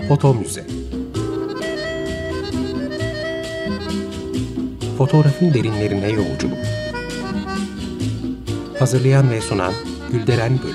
Foto Müze. Fotoğrafın derinlerine yolculuk. Hazırlayan ve sunan Gülderen Bölük.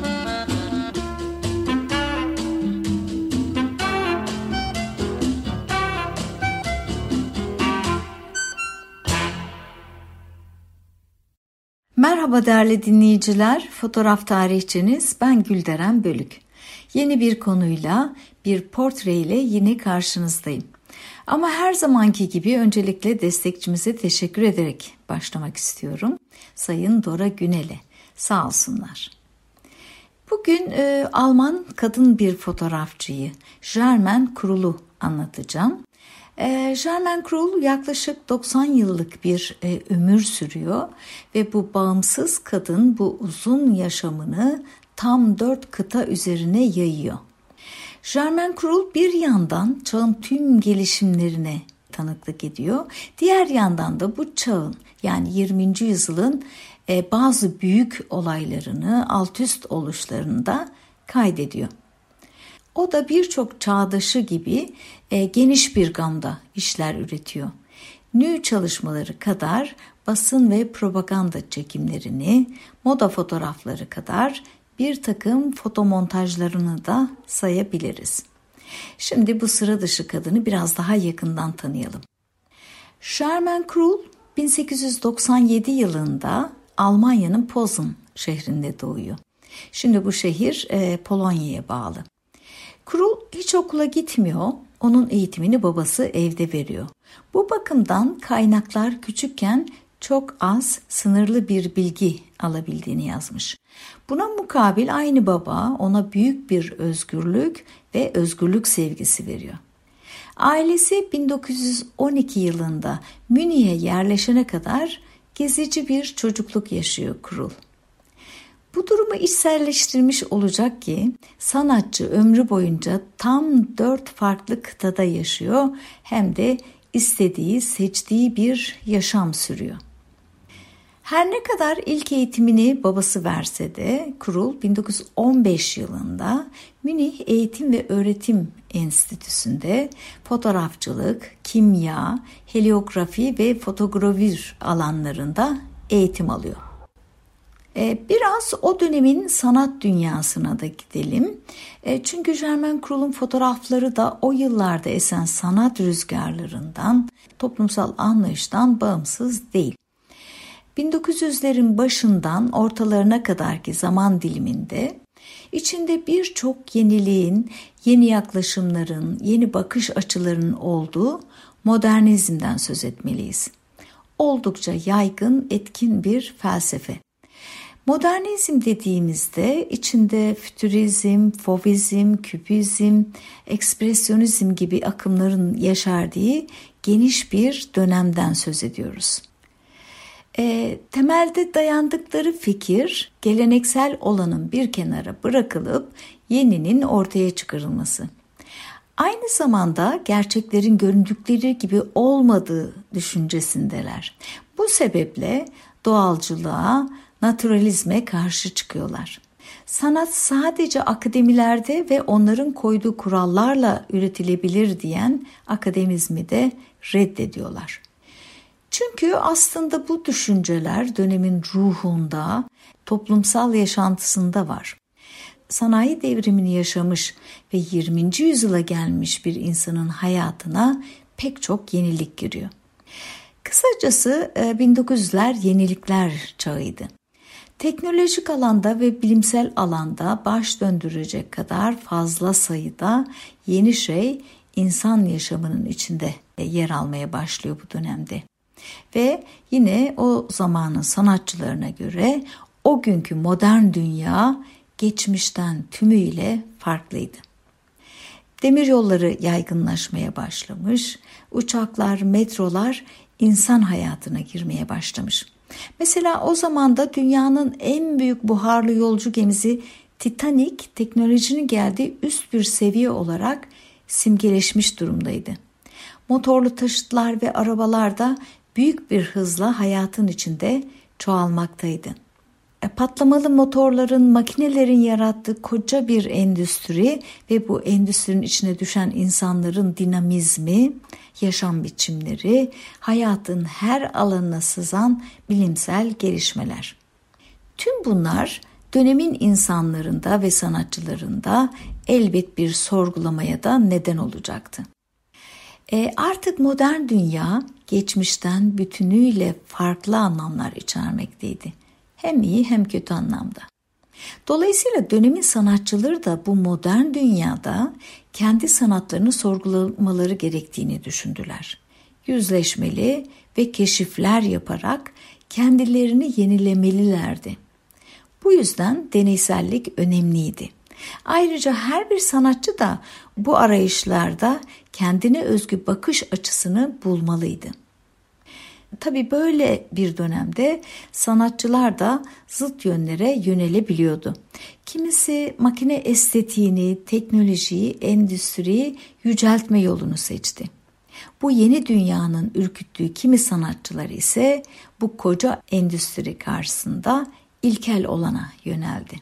Merhaba değerli dinleyiciler, fotoğraf tarihçiniz ben Gülderen Bölük. Yeni bir konuyla, bir portreyle yine karşınızdayım. Ama her zamanki gibi öncelikle destekçimize teşekkür ederek başlamak istiyorum. Sayın Dora Günel'e, sağ olsunlar. Bugün Alman kadın bir fotoğrafçıyı, Germaine Krul'u anlatacağım. Germaine Krul yaklaşık 90 yıllık bir ömür sürüyor ve bu bağımsız kadın bu uzun yaşamını tam 4 kıta üzerine yayıyor. Germaine Krul bir yandan çağın tüm gelişimlerine tanıklık ediyor. Diğer yandan da bu çağın yani 20. yüzyılın bazı büyük olaylarını, altüst oluşlarını da kaydediyor. O da birçok çağdaşı gibi geniş bir gamda işler üretiyor. Nü çalışmaları kadar basın ve propaganda çekimlerini, moda fotoğrafları kadar bir takım fotomontajlarını da sayabiliriz. Şimdi bu sıra dışı kadını biraz daha yakından tanıyalım. Germaine Krul 1897 yılında Almanya'nın Posen şehrinde doğuyor. Şimdi bu şehir Polonya'ya bağlı. Krul hiç okula gitmiyor, onun eğitimini babası evde veriyor. Bu bakımdan kaynaklar küçükken çok az, sınırlı bir bilgi alabildiğini yazmış. Buna mukabil aynı baba ona büyük bir özgürlük ve özgürlük sevgisi veriyor. Ailesi 1912 yılında Münih'e yerleşene kadar gezici bir çocukluk yaşıyor Krul. Bu durumu içselleştirmiş olacak ki sanatçı ömrü boyunca tam 4 farklı kıtada yaşıyor hem de istediği, seçtiği bir yaşam sürüyor. Her ne kadar ilk eğitimini babası verse de Krul 1915 yılında Münih Eğitim ve Öğretim Enstitüsü'nde fotoğrafçılık, kimya, heliografi ve fotogravür alanlarında eğitim alıyor. Biraz o dönemin sanat dünyasına da gidelim. Çünkü Germaine Krul'un fotoğrafları da o yıllarda esen sanat rüzgarlarından, toplumsal anlayıştan bağımsız değil. 1900'lerin başından ortalarına kadarki zaman diliminde içinde birçok yeniliğin, yeni yaklaşımların, yeni bakış açılarının olduğu modernizmden söz etmeliyiz. Oldukça yaygın, etkin bir felsefe. Modernizm dediğimizde içinde fütürizm, fovizm, kübizm, ekspresyonizm gibi akımların yaşardığı geniş bir dönemden söz ediyoruz. Temelde dayandıkları fikir geleneksel olanın bir kenara bırakılıp yeninin ortaya çıkarılması. Aynı zamanda gerçeklerin göründükleri gibi olmadığı düşüncesindeler. Bu sebeple doğalcılığa, naturalizme karşı çıkıyorlar. Sanat sadece akademilerde ve onların koyduğu kurallarla üretilebilir diyen akademizmi de reddediyorlar. Çünkü aslında bu düşünceler dönemin ruhunda, toplumsal yaşantısında var. Sanayi devrimini yaşamış ve 20. yüzyıla gelmiş bir insanın hayatına pek çok yenilik giriyor. Kısacası 1900'ler yenilikler çağıydı. Teknolojik alanda ve bilimsel alanda baş döndürecek kadar fazla sayıda yeni şey insan yaşamının içinde yer almaya başlıyor bu dönemde. Ve yine o zamanın sanatçılarına göre o günkü modern dünya geçmişten tümüyle farklıydı. Demiryolları yaygınlaşmaya başlamış, uçaklar, metrolar insan hayatına girmeye başlamış. Mesela o zaman da dünyanın en büyük buharlı yolcu gemisi Titanic teknolojinin geldiği üst bir seviye olarak simgeleşmiş durumdaydı. Motorlu taşıtlar ve arabalar da büyük bir hızla hayatın içinde çoğalmaktaydı. patlamalı motorların, makinelerin yarattığı koca bir endüstri ve bu endüstrinin içine düşen insanların dinamizmi, yaşam biçimleri, hayatın her alanına sızan bilimsel gelişmeler. Tüm bunlar dönemin insanlarında ve sanatçılarında elbet bir sorgulamaya da neden olacaktı. Artık modern dünya geçmişten bütünüyle farklı anlamlar içermekteydi. Hem iyi hem kötü anlamda. Dolayısıyla dönemin sanatçıları da bu modern dünyada kendi sanatlarını sorgulamaları gerektiğini düşündüler. Yüzleşmeli ve keşifler yaparak kendilerini yenilemelilerdi. Bu yüzden deneysellik önemliydi. Ayrıca her bir sanatçı da bu arayışlarda kendine özgü bakış açısını bulmalıydı. Tabii böyle bir dönemde sanatçılar da zıt yönlere yönelebiliyordu. Kimisi makine estetiğini, teknolojiyi, endüstriyi yüceltme yolunu seçti. Bu yeni dünyanın ürküttüğü kimi sanatçılar ise bu koca endüstri karşısında ilkel olana yöneldi.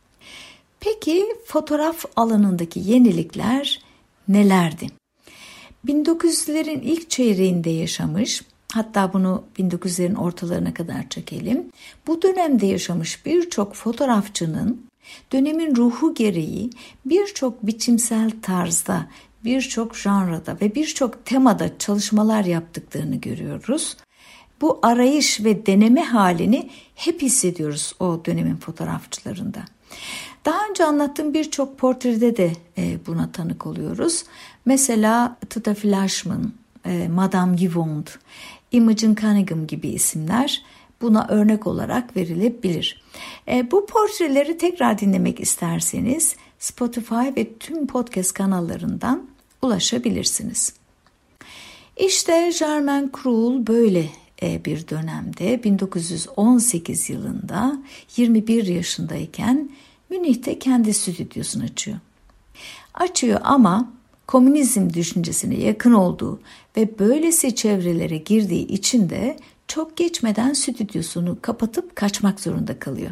Peki fotoğraf alanındaki yenilikler nelerdi? 1900'lerin ilk çeyreğinde yaşamış, hatta bunu 1900'lerin ortalarına kadar çekelim. Bu dönemde yaşamış birçok fotoğrafçının dönemin ruhu gereği birçok biçimsel tarzda, birçok janrada ve birçok temada çalışmalar yaptıklarını görüyoruz. Bu arayış ve deneme halini hep hissediyoruz o dönemin fotoğrafçılarında. Daha önce anlattığım birçok portrede de buna tanık oluyoruz. Mesela Tuta Flashman, Madame Yvonne, Imogen Cunningham gibi isimler buna örnek olarak verilebilir. Bu portreleri tekrar dinlemek isterseniz Spotify ve tüm podcast kanallarından ulaşabilirsiniz. İşte Germaine Krul böyle bir dönemde 1918 yılında 21 yaşındayken Münih'te kendi stüdyosunu açıyor ama komünizm düşüncesine yakın olduğu ve böylesi çevrelere girdiği için de çok geçmeden stüdyosunu kapatıp kaçmak zorunda kalıyor.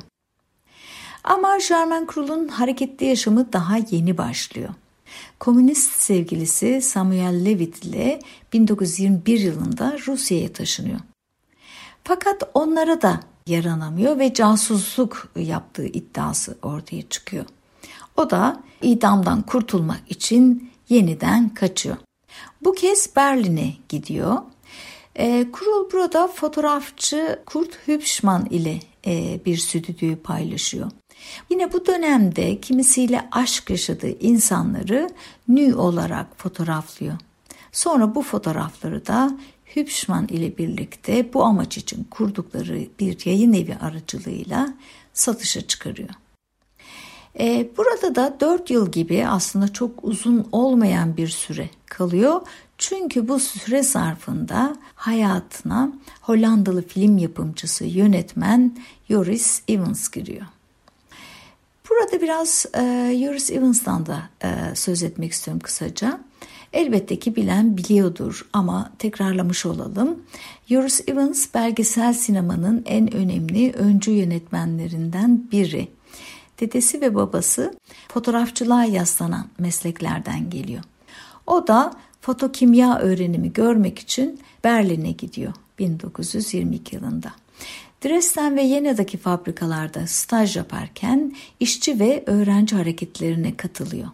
Ama Germaine Krul'un hareketli yaşamı daha yeni başlıyor. Komünist sevgilisi Samuel Levitt ile 1921 yılında Rusya'ya taşınıyor. Fakat onlara da yaranamıyor ve casusluk yaptığı iddiası ortaya çıkıyor. O da idamdan kurtulmak için yeniden kaçıyor. Bu kez Berlin'e gidiyor. Krul burada fotoğrafçı Kurt Hübschmann ile bir stüdyoyu paylaşıyor. Yine bu dönemde kimisiyle aşk yaşadığı insanları nü olarak fotoğraflıyor. Sonra bu fotoğrafları da Hübschmann ile birlikte bu amaç için kurdukları bir yayın evi aracılığıyla satışa çıkarıyor. Burada da 4 yıl gibi aslında çok uzun olmayan bir süre kalıyor. Çünkü bu süre zarfında hayatına Hollandalı film yapımcısı, yönetmen Joris Ivens giriyor. Burada biraz Joris Ivens'tan da söz etmek istiyorum kısaca. Elbette ki bilen biliyordur ama tekrarlamış olalım. Joris Ivens belgesel sinemanın en önemli öncü yönetmenlerinden biri. Dedesi ve babası fotoğrafçılığa yaslanan mesleklerden geliyor. O da fotokimya öğrenimi görmek için Berlin'e gidiyor 1922 yılında. Dresden ve Viyana'daki fabrikalarda staj yaparken işçi ve öğrenci hareketlerine katılıyor.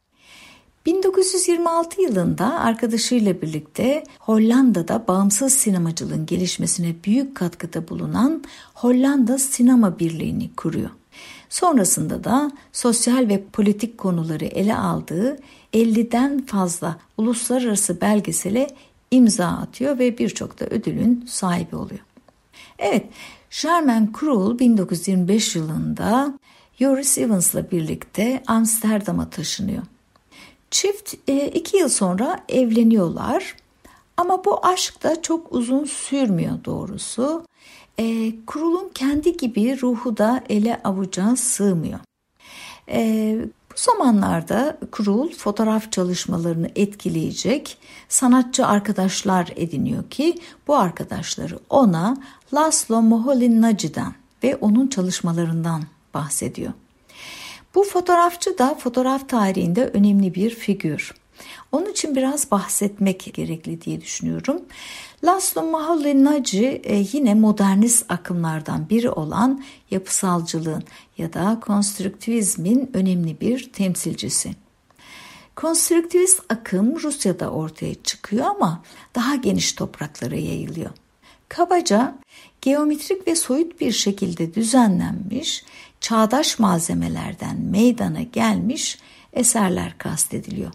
1926 yılında arkadaşıyla birlikte Hollanda'da bağımsız sinemacılığın gelişmesine büyük katkıda bulunan Hollanda Sinema Birliği'ni kuruyor. Sonrasında da sosyal ve politik konuları ele aldığı 50'den fazla uluslararası belgesele imza atıyor ve birçok da ödülün sahibi oluyor. Evet, Germaine Krul 1925 yılında Joris Ivens'la birlikte Amsterdam'a taşınıyor. Çift 2 yıl sonra evleniyorlar ama bu aşk da çok uzun sürmüyor doğrusu. Krul'un kendi gibi ruhu da ele avuca sığmıyor. Bu zamanlarda Krul fotoğraf çalışmalarını etkileyecek sanatçı arkadaşlar ediniyor ki bu arkadaşları ona Laszlo Moholy-Nagy'den ve onun çalışmalarından bahsediyor. Bu fotoğrafçı da fotoğraf tarihinde önemli bir figür. Onun için biraz bahsetmek gerekli diye düşünüyorum. Laszlo Moholy-Nagy yine modernist akımlardan biri olan yapısalcılığın ya da konstrüktivizmin önemli bir temsilcisi. Konstrüktivist akım Rusya'da ortaya çıkıyor ama daha geniş topraklara yayılıyor. Kabaca geometrik ve soyut bir şekilde düzenlenmiş, çağdaş malzemelerden meydana gelmiş eserler kastediliyor.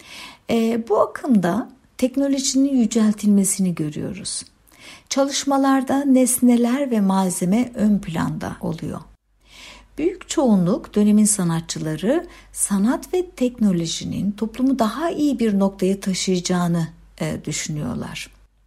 Bu akımda teknolojinin yüceltilmesini görüyoruz. Çalışmalarda nesneler ve malzeme ön planda oluyor. Büyük çoğunluk dönemin sanatçıları sanat ve teknolojinin toplumu daha iyi bir noktaya taşıyacağını düşünüyorlar.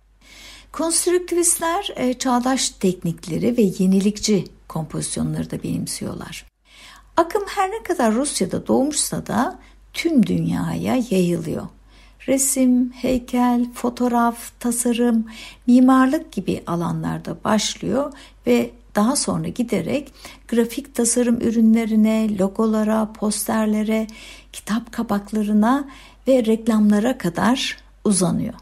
Konstrüktivistler çağdaş teknikleri ve yenilikçi kompozisyonları da benimsiyorlar. Akım her ne kadar Rusya'da doğmuşsa da tüm dünyaya yayılıyor. Resim, heykel, fotoğraf, tasarım, mimarlık gibi alanlarda başlıyor ve daha sonra giderek grafik tasarım ürünlerine, logolara, posterlere, kitap kapaklarına ve reklamlara kadar uzanıyor.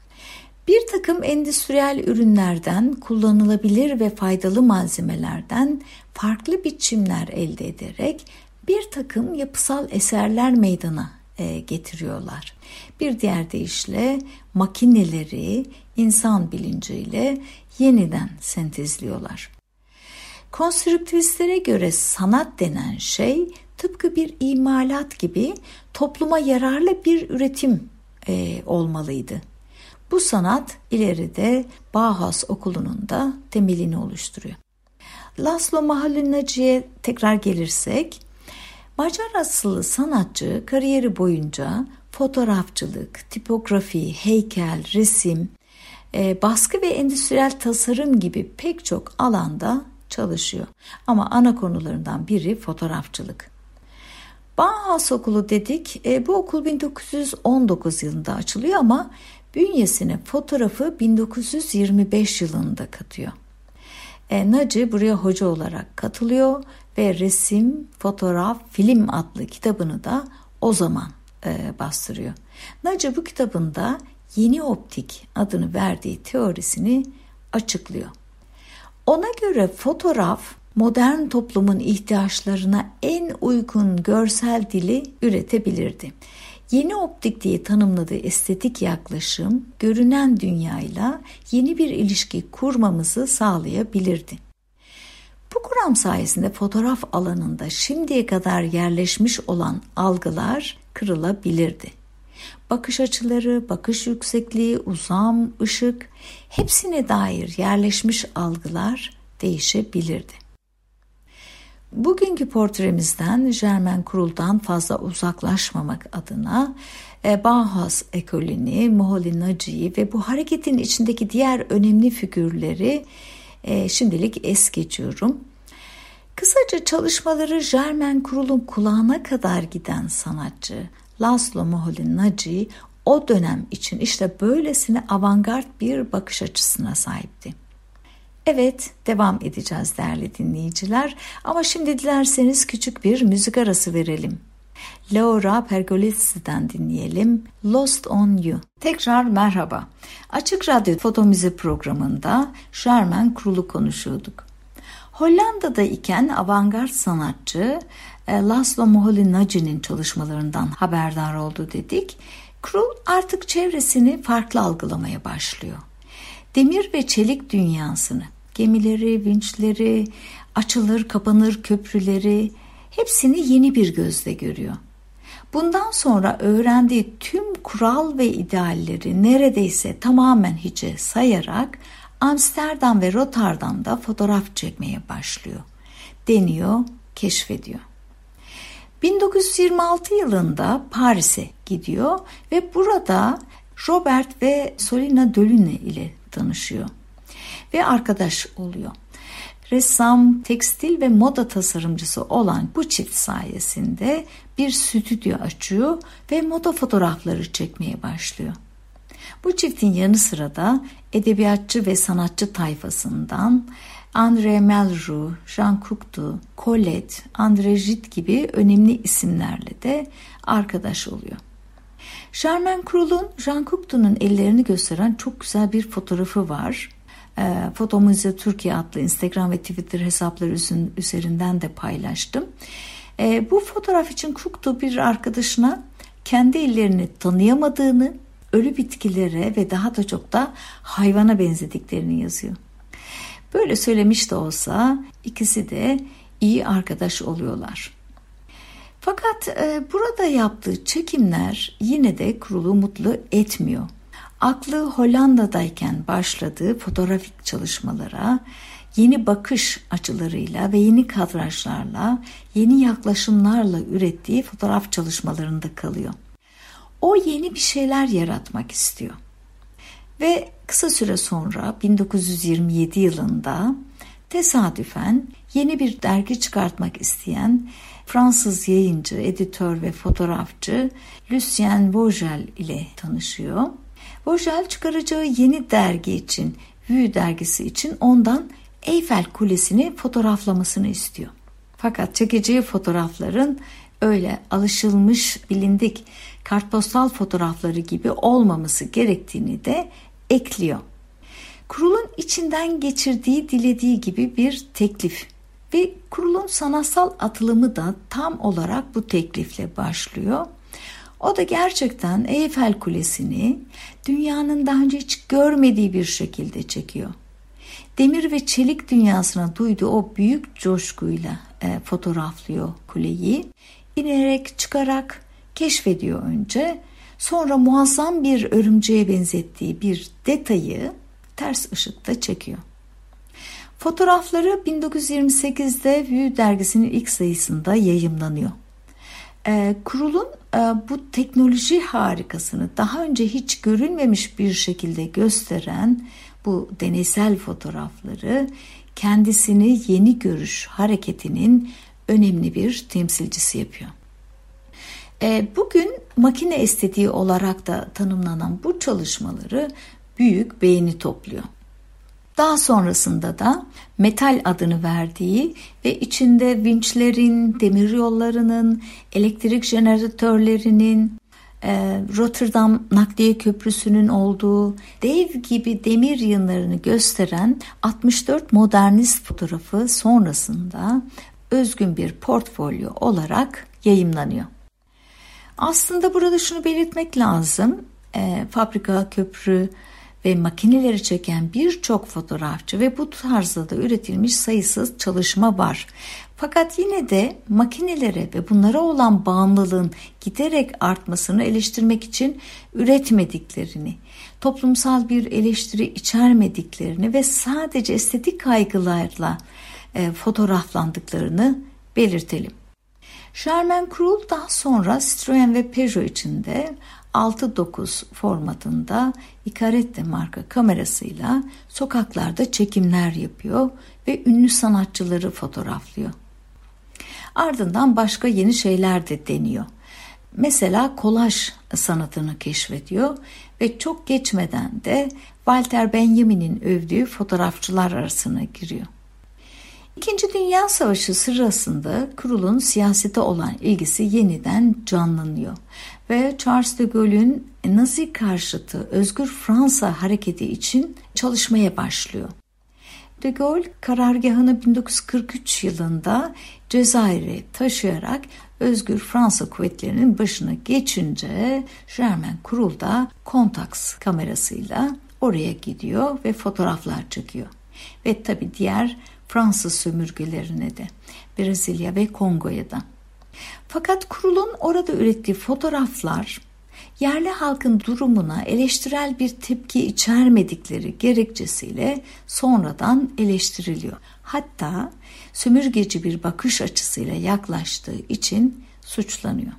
Bir takım endüstriyel ürünlerden, kullanılabilir ve faydalı malzemelerden farklı biçimler elde ederek bir takım yapısal eserler meydana getiriyorlar. Bir diğer deyişle makineleri insan bilinciyle yeniden sentezliyorlar. Konstrüktivistlere göre sanat denen şey tıpkı bir imalat gibi topluma yararlı bir üretim olmalıydı. Bu sanat ileride Bauhaus okulunun da temelini oluşturuyor. Laszlo Moholy-Nagy'ye tekrar gelirsek, Macar asıllı sanatçı kariyeri boyunca fotoğrafçılık, tipografi, heykel, resim, baskı ve endüstriyel tasarım gibi pek çok alanda çalışıyor. Ama ana konularından biri fotoğrafçılık. Bauhaus okulu dedik, bu okul 1919 yılında açılıyor ama bünyesine fotoğrafı 1925 yılında katıyor. Nagy buraya hoca olarak katılıyor ve resim, fotoğraf, film adlı kitabını da o zaman bastırıyor. Nagy bu kitabında yeni optik adını verdiği teorisini açıklıyor. Ona göre fotoğraf modern toplumun ihtiyaçlarına en uygun görsel dili üretebilirdi. Yeni optik diye tanımladığı estetik yaklaşım görünen dünyayla yeni bir ilişki kurmamızı sağlayabilirdi. Bu kuram sayesinde fotoğraf alanında şimdiye kadar yerleşmiş olan algılar kırılabilirdi. Bakış açıları, bakış yüksekliği, uzam, ışık hepsine dair yerleşmiş algılar değişebilirdi. Bugünkü portremizden Germain Krul'dan fazla uzaklaşmamak adına Bauhaus ekolünü, Moholy-Nagy'yi ve bu hareketin içindeki diğer önemli figürleri şimdilik es geçiyorum. Kısaca çalışmaları Germain Krul'un kulağına kadar giden sanatçı Laszlo Moholy-Nagy o dönem için işte böylesine avantgard bir bakış açısına sahipti. Evet, devam edeceğiz değerli dinleyiciler ama şimdi dilerseniz küçük bir müzik arası verelim. Laura Pergolesi'den dinleyelim Lost on You. Tekrar merhaba. Açık Radyo Foto Müziği programında Germain Krul'u konuşuyorduk. Hollanda'da iken avantgard sanatçı Laszlo Moholy-Nagy'nin çalışmalarından haberdar oldu dedik. Krul artık çevresini farklı algılamaya başlıyor. Demir ve çelik dünyasını, gemileri, vinçleri, açılır kapanır köprüleri hepsini yeni bir gözle görüyor. Bundan sonra öğrendiği tüm kural ve idealleri neredeyse tamamen hiçe sayarak Amsterdam ve Rotterdam'da fotoğraf çekmeye başlıyor. Deniyor, keşfediyor. 1926 yılında Paris'e gidiyor ve burada Robert ve Solina Delaunay ile tanışıyor ve arkadaş oluyor. Ressam, tekstil ve moda tasarımcısı olan bu çift sayesinde bir stüdyo açıyor ve moda fotoğrafları çekmeye başlıyor. Bu çiftin yanı sıra da edebiyatçı ve sanatçı tayfasından André Malraux, Jean Cocteau, Colette, André Gide gibi önemli isimlerle de arkadaş oluyor. Charmaine Krul'un Jean Cocteau'nun ellerini gösteren çok güzel bir fotoğrafı var. Foto Müze Türkiye adlı Instagram ve Twitter hesapları üzerinden de paylaştım. Bu fotoğraf için Cocteau bir arkadaşına kendi ellerini tanıyamadığını, ölü bitkilere ve daha da çok da hayvana benzediklerini yazıyor. Böyle söylemiş de olsa ikisi de iyi arkadaş oluyorlar. Fakat burada yaptığı çekimler yine de Krul'u mutlu etmiyor. Aklı Hollanda'dayken başladığı fotoğrafik çalışmalara, yeni bakış açılarıyla ve yeni kadrajlarla, yeni yaklaşımlarla ürettiği fotoğraf çalışmalarında kalıyor. O yeni bir şeyler yaratmak istiyor. Ve kısa süre sonra 1927 yılında tesadüfen yeni bir dergi çıkartmak isteyen Fransız yayıncı, editör ve fotoğrafçı Lucien Vogel ile tanışıyor. Vogel çıkaracağı yeni dergi için, Vue dergisi için ondan Eyfel Kulesi'ni fotoğraflamasını istiyor. Fakat çekeceği fotoğrafların öyle alışılmış, bilindik kartpostal fotoğrafları gibi olmaması gerektiğini de ekliyor. Krul'un içinden geçirdiği, dilediği gibi bir teklif ve Krul'un sanatsal atılımı da tam olarak bu teklifle başlıyor. O da gerçekten Eyfel Kulesi'ni dünyanın daha önce hiç görmediği bir şekilde çekiyor. Demir ve çelik dünyasına duyduğu o büyük coşkuyla fotoğraflıyor kuleyi. İnerek çıkarak keşfediyor önce. Sonra muazzam bir örümceğe benzettiği bir detayı ters ışıkta çekiyor. Fotoğrafları 1928'de Vue dergisinin ilk sayısında yayımlanıyor. Krul'un bu teknoloji harikasını daha önce hiç görülmemiş bir şekilde gösteren bu deneysel fotoğrafları kendisini yeni görüş hareketinin önemli bir temsilcisi yapıyor. Bugün makine estetiği olarak da tanımlanan bu çalışmaları büyük beğeni topluyor. Daha sonrasında da metal adını verdiği ve içinde vinçlerin, demiryollarının, elektrik jeneratörlerinin, Rotterdam Nakliye Köprüsü'nün olduğu dev gibi demir yığınlarını gösteren 64 modernist fotoğrafı sonrasında özgün bir portfolyo olarak yayımlanıyor. Aslında burada şunu belirtmek lazım. Fabrika, köprü ve makineleri çeken birçok fotoğrafçı ve bu tarzda da üretilmiş sayısız çalışma var. Fakat yine de makinelere ve bunlara olan bağımlılığın giderek artmasını eleştirmek için üretmediklerini, toplumsal bir eleştiri içermediklerini ve sadece estetik kaygılarla fotoğraflandıklarını belirtelim. Charmaine Krul daha sonra Citroen ve Peugeot için de 6.9 formatında Icarette marka kamerasıyla sokaklarda çekimler yapıyor ve ünlü sanatçıları fotoğraflıyor. Ardından başka yeni şeyler de deniyor. Mesela kolaj sanatını keşfediyor ve çok geçmeden de Walter Benjamin'in övdüğü fotoğrafçılar arasına giriyor. İkinci Dünya Savaşı sırasında Krul'un siyasete olan ilgisi yeniden canlanıyor ve Charles de Gaulle'ün Nazi karşıtı Özgür Fransa hareketi için çalışmaya başlıyor. De Gaulle karargahını 1943 yılında Cezayir'e taşıyarak Özgür Fransa kuvvetlerinin başına geçince Charmaine Krul da Contax kamerasıyla oraya gidiyor ve fotoğraflar çekiyor. Ve tabii diğer Fransız sömürgelerine de, Brezilya ve Kongo'ya da. Fakat Krul'un orada ürettiği fotoğraflar yerli halkın durumuna eleştirel bir tepki içermedikleri gerekçesiyle sonradan eleştiriliyor. Hatta sömürgeci bir bakış açısıyla yaklaştığı için suçlanıyor.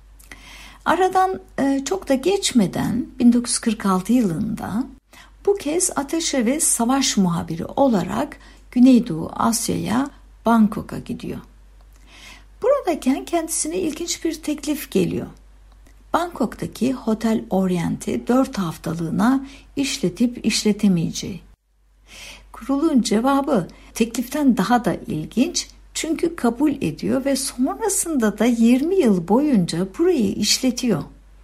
Aradan çok da geçmeden 1946 yılında bu kez ateşe ve savaş muhabiri olarak Güneydoğu Asya'ya, Bangkok'a gidiyor. Buradayken kendisine ilginç bir teklif geliyor. Bangkok'taki Hotel Orient'i 4 haftalığına işletip işletemeyeceği. Kurulun cevabı tekliften daha da ilginç, çünkü kabul ediyor ve sonrasında da 20 yıl boyunca burayı işletiyor.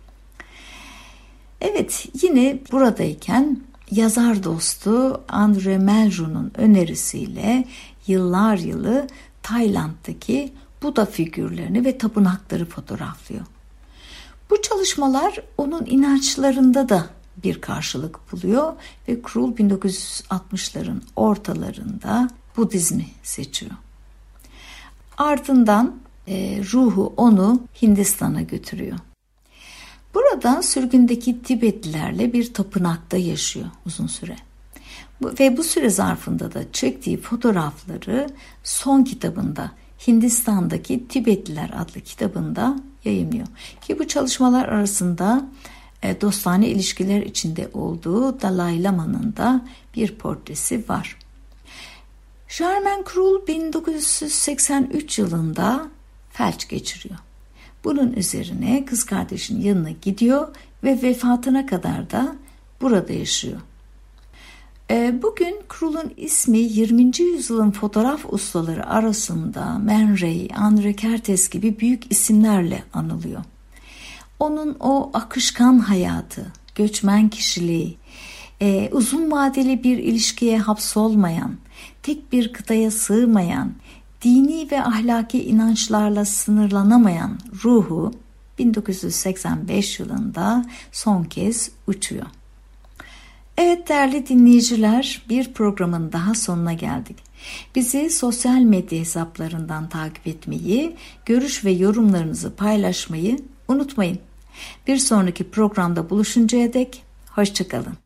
Evet, yine buradayken yazar dostu Andre Melru'nun önerisiyle yıllar yılı Tayland'daki Buda figürlerini ve tapınakları fotoğraflıyor. Bu çalışmalar onun inançlarında da bir karşılık buluyor ve Krul 1960'ların ortalarında Budizmi seçiyor. Ardından ruhu onu Hindistan'a götürüyor. Burada sürgündeki Tibetlilerle bir tapınakta yaşıyor uzun süre. Ve bu süre zarfında da çektiği fotoğrafları son kitabında, Hindistan'daki Tibetliler adlı kitabında yayımlıyor. Ki bu çalışmalar arasında dostane ilişkiler içinde olduğu Dalai Lama'nın da bir portresi var. Charmen Krul 1983 yılında felç geçiriyor. Bunun üzerine kız kardeşinin yanına gidiyor ve vefatına kadar da burada yaşıyor. Bugün Krul'un ismi 20. yüzyılın fotoğraf ustaları arasında Man Ray, Andre Kertész gibi büyük isimlerle anılıyor. Onun o akışkan hayatı, göçmen kişiliği, uzun vadeli bir ilişkiye hapsolmayan, tek bir kıtaya sığmayan, dini ve ahlaki inançlarla sınırlanamayan ruhu 1985 yılında son kez uçuyor. Evet değerli dinleyiciler, bir programın daha sonuna geldik. Bizi sosyal medya hesaplarından takip etmeyi, görüş ve yorumlarınızı paylaşmayı unutmayın. Bir sonraki programda buluşuncaya dek hoşça kalın.